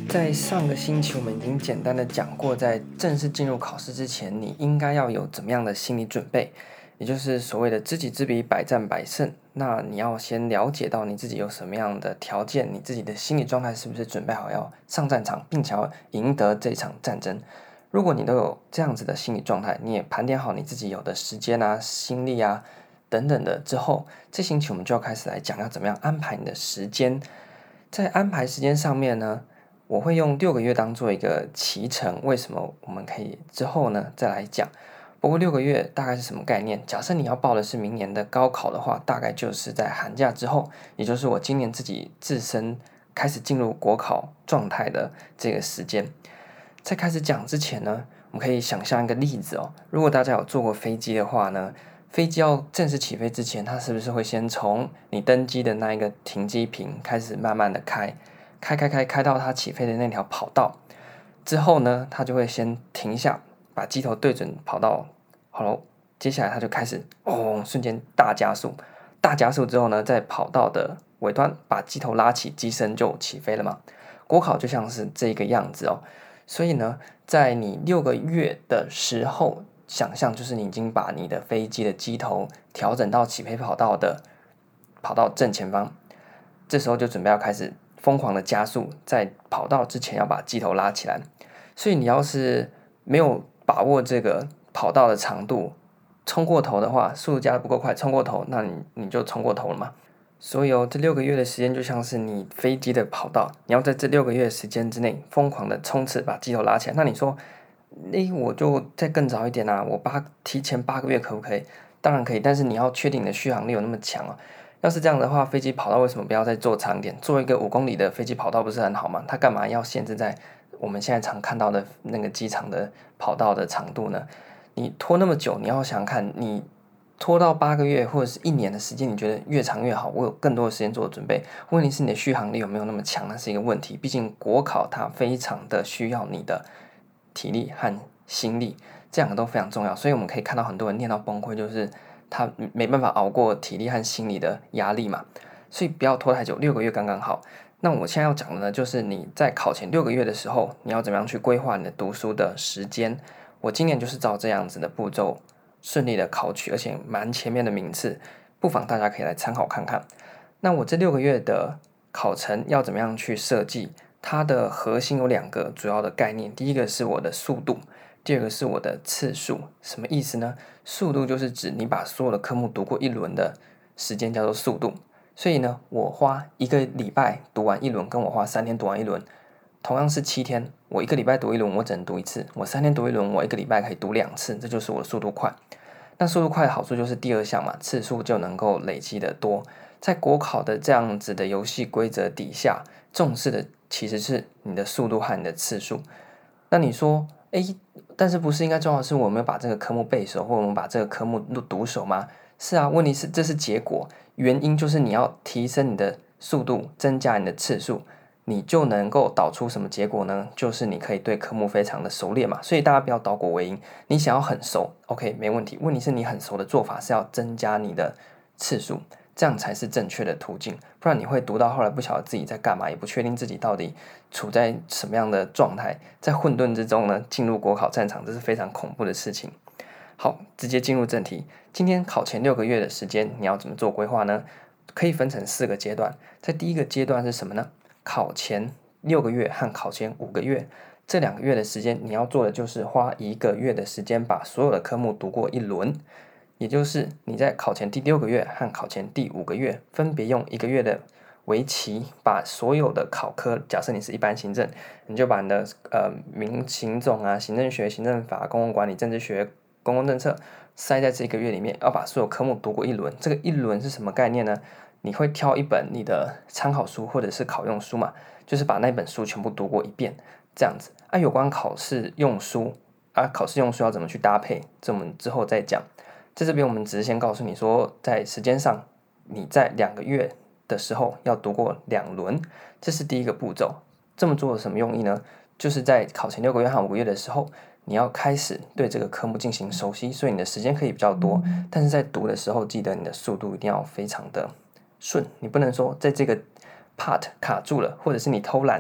在上个星期我们已经简单的讲过，在正式进入考试之前，你应该要有怎么样的心理准备，也就是所谓的知己知彼，百战百胜。那你要先了解到你自己有什么样的条件，你自己的心理状态是不是准备好要上战场，并且要赢得这场战争。如果你都有这样子的心理状态，你也盘点好你自己有的时间啊、心力啊等等的之后，这星期我们就要开始来讲要怎么样安排你的时间。在安排时间上面呢，我会用6个月当做一个期程，为什么我们可以之后呢再来讲。不过6个月大概是什么概念？假设你要报的是明年的高考的话，大概就是在寒假之后，也就是我今年自己自身开始进入国考状态的这个时间。在开始讲之前呢，我们可以想象一个例子哦。如果大家有坐过飞机的话呢，飞机要正式起飞之前，它是不是会先从你登机的那一个停机坪开始慢慢的开到它起飞的那条跑道之后呢，它就会先停下，把机头对准跑道，好了，接下来它就开始瞬间大加速之后呢，在跑道的尾端把机头拉起，机身就起飞了嘛。国考就像是这个样子哦。所以呢，在你6个月的时候，想象就是你已经把你的飞机的机头调整到起飞跑道的跑道正前方，这时候就准备要开始疯狂的加速，在跑道之前要把机头拉起来。所以你要是没有把握这个跑道的长度，冲过头的话，速度加的不够快，冲过头，那你就冲过头了嘛。所以这6个月的时间就像是你飞机的跑道，你要在这6个月的时间之内疯狂的冲刺，把机头拉起来。那你说，我就再更早一点啊，我提前8个月可不可以？当然可以，但是你要确定你的续航力有那么强哦。要是这样的话，飞机跑道为什么不要再做长一点？做一个5公里的飞机跑道不是很好吗？它干嘛要限制在我们现在常看到的那个机场的跑道的长度呢？你拖那么久，你要想看你拖到8个月或者是1年的时间，你觉得越长越好，我有更多的时间做准备。问题是你的续航力有没有那么强，那是一个问题。毕竟国考它非常的需要你的体力和心力，这两个都非常重要。所以我们可以看到很多人念到崩溃，就是他没办法熬过体力和心理的压力嘛。所以不要拖太久，6个月刚刚好。那我现在要讲的呢，就是你在考前6个月的时候，你要怎么样去规划你的读书的时间。我今年就是照这样子的步骤顺利的考取，而且蛮前面的名次，不妨大家可以来参考看看。那我这6个月的考程要怎么样去设计？它的核心有2个主要的概念，第一个是我的速度，第二个是我的次数。什么意思呢？速度就是指你把所有的科目读过一轮的时间叫做速度。所以呢，我花1个礼拜读完一轮，跟我花3天读完一轮，同样是7天，我1个礼拜读一轮，我只能读1次；我3天读一轮，我1个礼拜可以读2次，这就是我的速度快。那速度快的好处就是第2项嘛，次数就能够累积的多。在国考的这样子的游戏规则底下，重视的其实是你的速度和你的次数。那你说，但是不是应该重要的是我们把这个科目背熟，或者我们把这个科目读熟吗？是啊，问题是这是结果，原因就是你要提升你的速度，增加你的次数，你就能够导出什么结果呢？就是你可以对科目非常的熟练嘛。所以大家不要倒果为因，你想要很熟 ，OK 没问题。问题是你很熟的做法是要增加你的次数，这样才是正确的途径。不然你会读到后来不晓得自己在干嘛，也不确定自己到底处在什么样的状态，在混沌之中呢进入国考战场，这是非常恐怖的事情。好，直接进入正题。今天考前6个月的时间，你要怎么做规划呢？可以分成4个阶段。在第一个阶段是什么呢？考前6个月和考前5个月，这2个月的时间，你要做的就是花1个月的时间把所有的科目读过一轮。也就是你在考前第6个月和考前第5个月，分别用1个月的为期，把所有的考科，假设你是一般行政，你就把你的民行总啊、行政学、行政法、公共管理、政治学、公共政策塞在这1个月里面，要把所有科目读过一轮。这个一轮是什么概念呢？你会挑一本你的参考书或者是考用书嘛，就是把那本书全部读过一遍，这样子。有关考试用书考试用书要怎么去搭配，这我们之后再讲。在这边我们只是先告诉你说，在时间上，你在2个月的时候要读过2轮，这是第一个步骤。这么做有什么用意呢？就是在考前6个月和5个月的时候，你要开始对这个科目进行熟悉，所以你的时间可以比较多，但是在读的时候，记得你的速度一定要非常的顺，你不能说在这个 part 卡住了，或者是你偷懒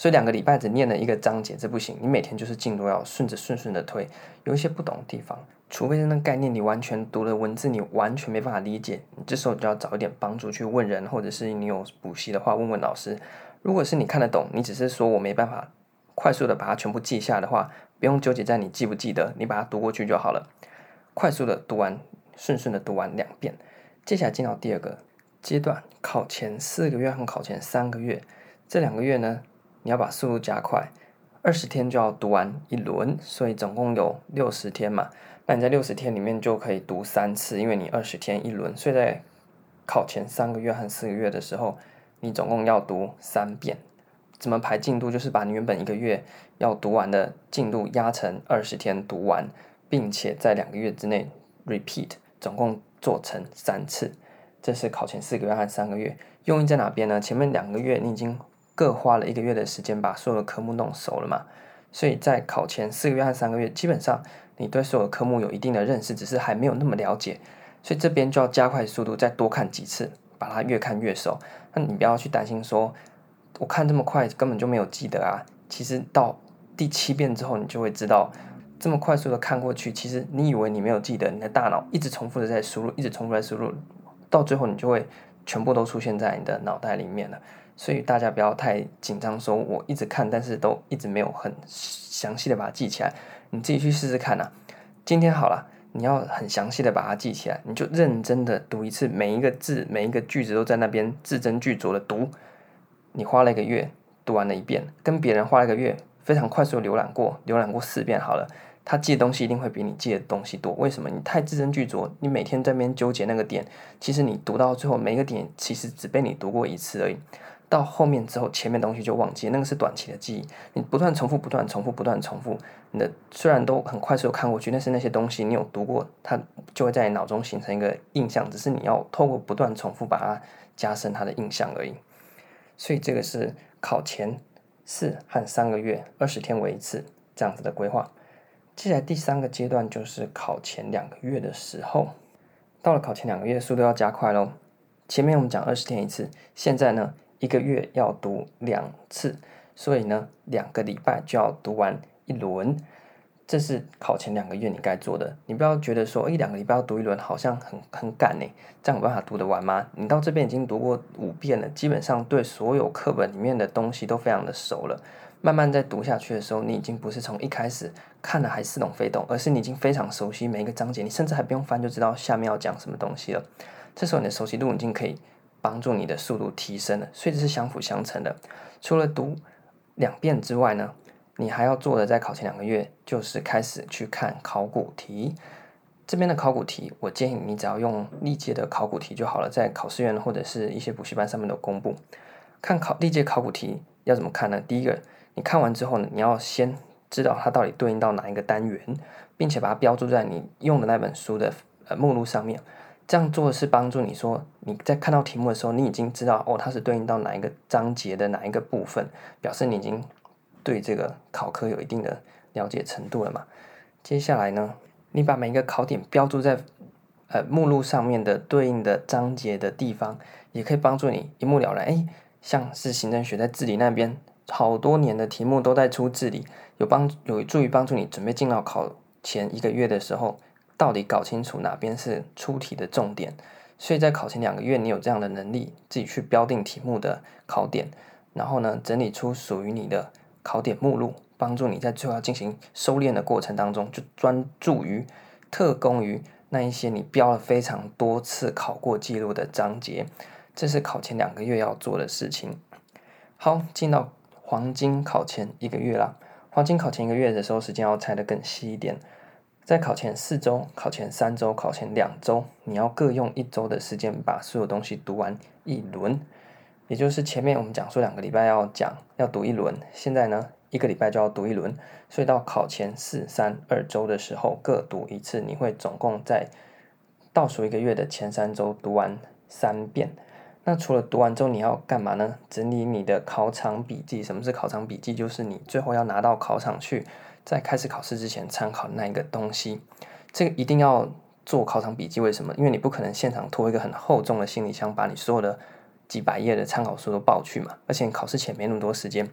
所以2个礼拜只念了一个章节，这不行。你每天就是进度要顺的推，有一些不懂的地方，除非是那个概念你完全读了文字你完全没办法理解，你这时候就要找一点帮助去问人，或者是你有补习的话问问老师。如果是你看得懂，你只是说我没办法快速的把它全部记下的话，不用纠结在你记不记得，你把它读过去就好了。快速的读完，顺的读完2遍。接下来进到第2个阶段，考前4个月和考前3个月，这2个月呢，你要把速度加快，20天就要读完1轮，所以总共有60天嘛。那你在60天里面就可以读3次，因为你20天1轮，所以在考前3个月和4个月的时候，你总共要读3遍。怎么排进度？就是把你原本1个月要读完的进度压成20天读完，并且在2个月之内 repeat， 总共做成3次。这是考前4个月和3个月。用意在哪边呢？前面2个月你已经各花了1个月的时间把所有的科目弄熟了嘛，所以在考前4个月和3个月，基本上你对所有的科目有一定的认识，只是还没有那么了解，所以这边就要加快速度，再多看几次，把它越看越熟。那你不要去担心说我看这么快根本就没有记得啊，其实到第7遍之后你就会知道，这么快速的看过去，其实你以为你没有记得，你的大脑一直重复的在输入，一直重复在输入，到最后你就会全部都出现在你的脑袋里面了。所以大家不要太紧张，说我一直看，但是都一直没有很详细的把它记起来。你自己去试试看啊。今天好了，你要很详细的把它记起来，你就认真的读一次，每一个字每一个句子都在那边字斟句酌的读。你花了1个月读完了1遍，跟别人花了1个月非常快速的浏览过4遍好了，他记的东西一定会比你记的东西多。为什么？你太字斟句酌，你每天在那边纠结那个点，其实你读到最后每一个点其实只被你读过1次而已。到后面之后，前面东西就忘记，那个是短期的记忆。你不断重复，你的虽然都很快速的看过去，但是那些东西你有读过，它就会在你脑中形成一个印象，只是你要透过不断重复把它加深它的印象而已。所以这个是考前4和3个月，20天为1次这样子的规划。接下来第3个阶段就是考前2个月的时候，到了考前2个月，速度要加快咯。前面我们讲20天1次，现在呢1个月要读2次，所以呢2个礼拜就要读完1轮。这是考前2个月你该做的。你不要觉得说2个礼拜要读1轮好像很赶欸，这样有办法读得完吗？你到这边已经读过5遍了，基本上对所有课本里面的东西都非常的熟了。慢慢在读下去的时候，你已经不是从一开始看了还似懂非懂，而是你已经非常熟悉每一个章节，你甚至还不用翻就知道下面要讲什么东西了。这时候你的熟悉度已经可以帮助你的速度提升了，所以这是相辅相成的。除了读2遍之外呢，你还要做的在考前2个月就是开始去看考古题。这边的考古题，我建议你只要用历届的考古题就好了，在考试院或者是一些补习班上面都公布。看历届考古题要怎么看呢？第一个，你看完之后呢，你要先知道它到底对应到哪一个单元，并且把它标注在你用的那本书的目录上面。这样做是帮助你说你在看到题目的时候，你已经知道它是对应到哪一个章节的哪一个部分，表示你已经对这个考科有一定的了解程度了嘛。接下来呢，你把每一个考点标注在目录上面的对应的章节的地方，也可以帮助你一目了然。像是行政学在治理那边，好多年的题目都在出治理，有助于帮助你准备进到考前1个月的时候，到底搞清楚哪边是出题的重点。所以在考前2个月，你有这样的能力，自己去标定题目的考点，然后呢，整理出属于你的考点目录，帮助你在最后要进行收敛的过程当中，就专注于特攻于那一些你标了非常多次考过记录的章节。这是考前2个月要做的事情。好，进到黄金考前1个月啦。黄金考前1个月的时候，时间要拆得更细一点。在考前4周、考前3周、考前2周，你要各用1周的时间把所有东西读完1轮。也就是前面我们讲说2个礼拜要读1轮，现在呢1个礼拜就要读1轮，所以到考前4、3、2周的时候各读1次，你会总共在倒数1个月的前3周读完3遍。那除了读完之后你要干嘛呢？整理你的考场笔记。什么是考场笔记？就是你最后要拿到考场去，在开始考试之前参考那一个东西。这个一定要做考场笔记，为什么？因为你不可能现场拖一个很厚重的行李箱，把你所有的几百页的参考书都抱去嘛，而且你考试前没那么多时间。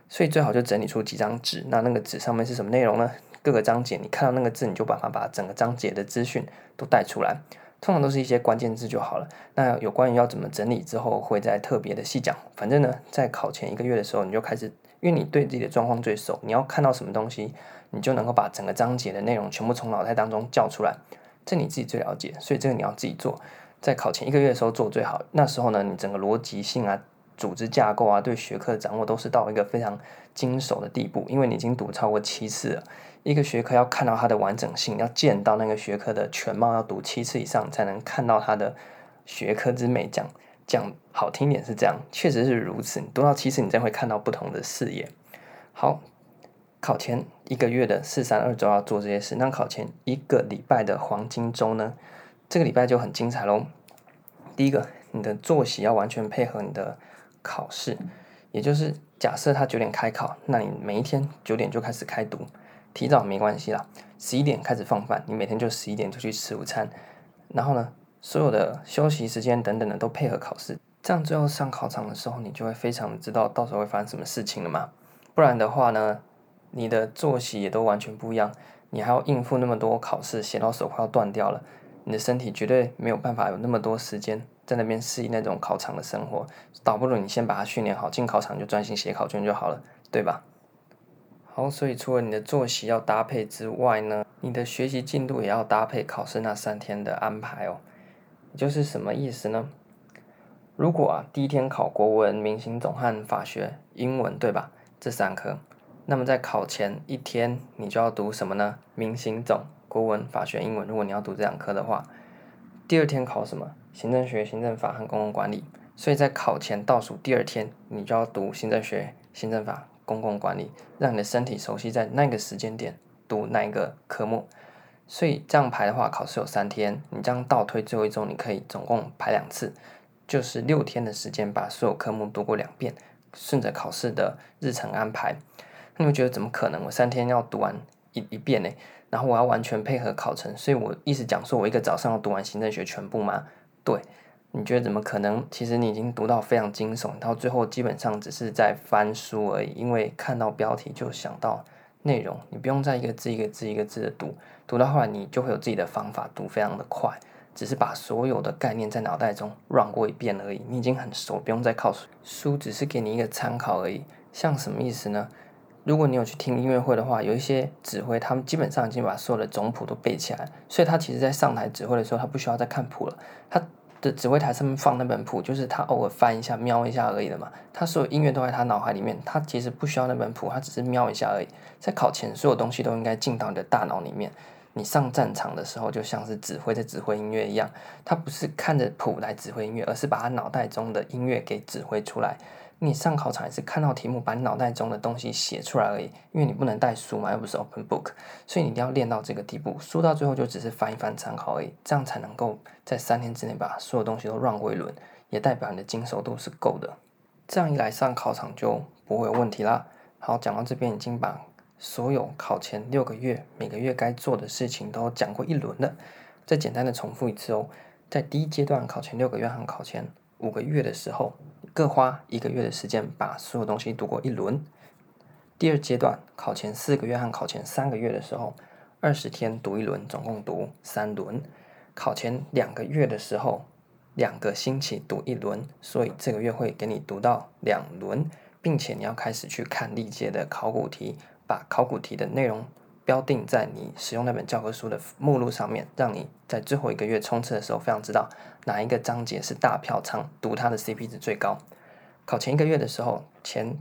所以最好就整理出几张纸，那个纸上面是什么内容呢？各个章节你看到那个字，你就把整个章节的资讯都带出来，通常都是一些关键字就好了。那有关于要怎么整理之后，会再特别的细讲。反正呢，在考前1个月的时候，你就开始，因为你对自己的状况最熟，你要看到什么东西，你就能够把整个章节的内容全部从脑袋当中叫出来，这你自己最了解，所以这个你要自己做。在考前1个月的时候做最好，那时候呢，你整个逻辑性啊、组织架构啊、对学科的掌握都是到一个非常精熟的地步，因为你已经读超过7次了。一个学科要看到它的完整性，要见到那个学科的全貌，要读7次以上才能看到它的学科之美。讲好听点是这样，确实是如此。你读到7次，你才会看到不同的视野。好，考前1个月的432周要做这些事，那考前1个礼拜的黄金周呢？这个礼拜就很精彩咯。第一个，你的作息要完全配合你的考试，也就是假设他9点开考，那你每一天9点就开始开读，提早没关系啦。11点开始放饭，你每天就11点就去吃午餐，然后呢，所有的休息时间等等的都配合考试，这样最后上考场的时候，你就会非常的知道到时候会发生什么事情了嘛。不然的话呢，你的作息也都完全不一样，你还要应付那么多考试，写到手快要断掉了。你的身体绝对没有办法有那么多时间在那边适应那种考场的生活，倒不如你先把它训练好，进考场就专心写考卷就好了，对吧？好，所以除了你的作息要搭配之外呢，你的学习进度也要搭配考试那3天的安排哦。也就是什么意思呢？如果第一天考国文、民行总和法学、英文，对吧？这3科，那么在考前1天你就要读什么呢？民行总、国文、法学、英文。如果你要读这2科的话，第2天考什么？行政学、行政法和公共管理。所以在考前倒数第2天，你就要读行政学、行政法、公共管理，让你的身体熟悉在那个时间点读那一个科目。所以这样排的话，考试有3天，你这样倒推最后1周，你可以总共排2次，就是6天的时间把所有科目读过2遍，顺着考试的日程安排。那你会觉得怎么可能？我3天要读完一遍呢？然后我要完全配合考程，所以我一直讲说我一个早上要读完行政学全部吗？对，你觉得怎么可能？其实你已经读到非常惊悚，到最后基本上只是在翻书而已，因为看到标题就想到内容，你不用再一个字一个字一个字的读，读到后来你就会有自己的方法，读非常的快，只是把所有的概念在脑袋中 run 过一遍而已，你已经很熟，不用再靠书，只是给你一个参考而已。像什么意思呢？如果你有去听音乐会的话，有一些指挥，他们基本上已经把所有的总谱都背起来，所以他其实在上台指挥的时候，他不需要再看谱了。他的指挥台上面放那本谱，就是他偶尔翻一下、瞄一下而已的嘛。他所有音乐都在他脑海里面，他其实不需要那本谱，他只是瞄一下而已。在考前，所有东西都应该进到你的大脑里面。你上战场的时候，就像是指挥在指挥音乐一样，他不是看着谱来指挥音乐，而是把他脑袋中的音乐给指挥出来。你上考场也是看到题目，把你脑袋中的东西写出来而已，因为你不能带书嘛，又不是 open book， 所以你一定要练到这个地步。书到最后就只是翻一翻参考而已，这样才能够在3天之内把所有东西都 run 过一轮，也代表你的精熟度是够的。这样一来，上考场就不会有问题啦。好，讲到这边已经把所有考前6个月每个月该做的事情都讲过一轮了，再简单的重复一次哦。在第一阶段考前6个月和考前5个月的时候，各花1个月的时间把所有东西读过一轮。第2阶段考前4个月和考前3个月的时候，20天读一轮，总共读3轮。考前2个月的时候，2个星期读一轮，所以这个月会给你读到2轮，并且你要开始去看历届的考古题，把考古题的内容标定在你使用那本教科书的目录上面，让你在最后1个月冲刺的时候非常知道哪一个章节是大票仓，读它的 CP 值最高。考前1个月的时候，前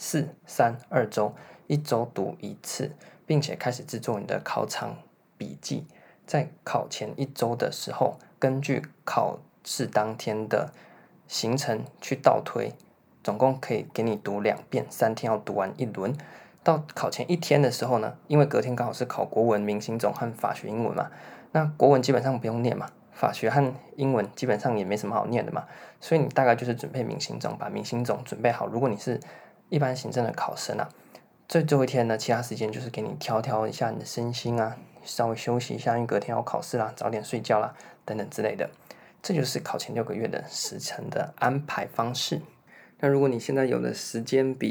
4、3、2周，1周读1次，并且开始制作你的考场笔记。在考前1周的时候，根据考试当天的行程去倒推，总共可以给你读2遍，3天要读完一轮。到考前1天的时候呢，因为隔天刚好是考国文、民行总和法学、英文嘛，那国文基本上不用念嘛，法学和英文基本上也没什么好念的嘛，所以你大概就是准备民行总，把民行总准备好。如果你是一般行政的考生啊，最后1天呢，其他时间就是给你调一下你的身心啊，稍微休息一下，因为隔天要考试啦，早点睡觉啦，等等之类的。这就是考前6个月的时程的安排方式。那如果你现在有的时间比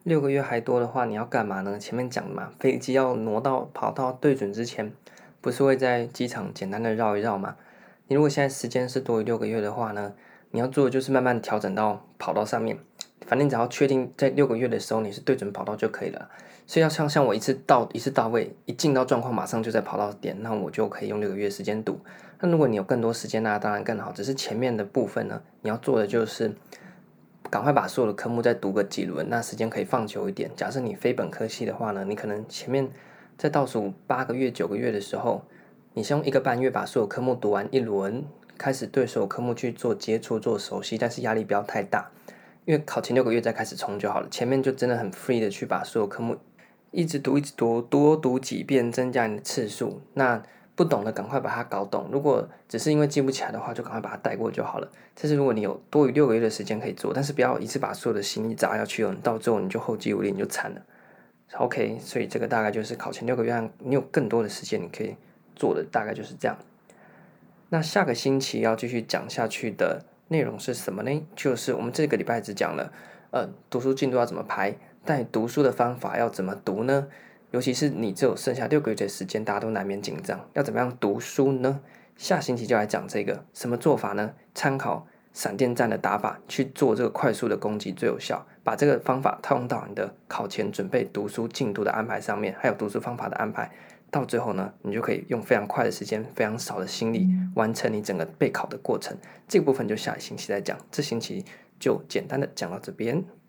6个月还多的话，你要干嘛呢？前面讲的嘛，飞机要跑到对准之前，不是会在机场简单的绕一绕吗？你如果现在时间是多于6个月的话呢，你要做的就是慢慢调整到跑道上面。反正只要确定在6个月的时候你是对准跑道就可以了。所以要像我一次到位，一进到状况马上就在跑道点，那我就可以用6个月时间读。那如果你有更多时间，那当然更好。只是前面的部分呢，你要做的就是赶快把所有的科目再读个几轮，那时间可以放久一点。假设你非本科系的话呢，你可能前面在倒数8个月、9个月的时候，你先用1个半月把所有科目读完一轮，开始对所有科目去做接触、做熟悉，但是压力不要太大，因为考前6个月再开始冲就好了。前面就真的很 free 的去把所有科目一直读，多读几遍，增加你的次数。那不懂的赶快把它搞懂，如果只是因为记不起来的话，就赶快把它带过就好了。这是如果你有多于6个月的时间可以做，但是不要一次把所有的心力砸下去哦，到最后你就后继无力，你就惨了。OK， 所以这个大概就是考前6个月，你有更多的时间你可以做的，大概就是这样。那下个星期要继续讲下去的内容是什么呢？就是我们这个礼拜只讲了，读书进度要怎么排，但读书的方法要怎么读呢？尤其是你只有剩下6个月的时间，大家都难免紧张，要怎么样读书呢？下星期就来讲这个，什么做法呢？参考闪电战的打法去做这个快速的攻击最有效，把这个方法套用到你的考前准备读书进度的安排上面，还有读书方法的安排，到最后呢，你就可以用非常快的时间、非常少的心力完成你整个备考的过程。这个部分就下一星期再讲，这星期就简单的讲到这边。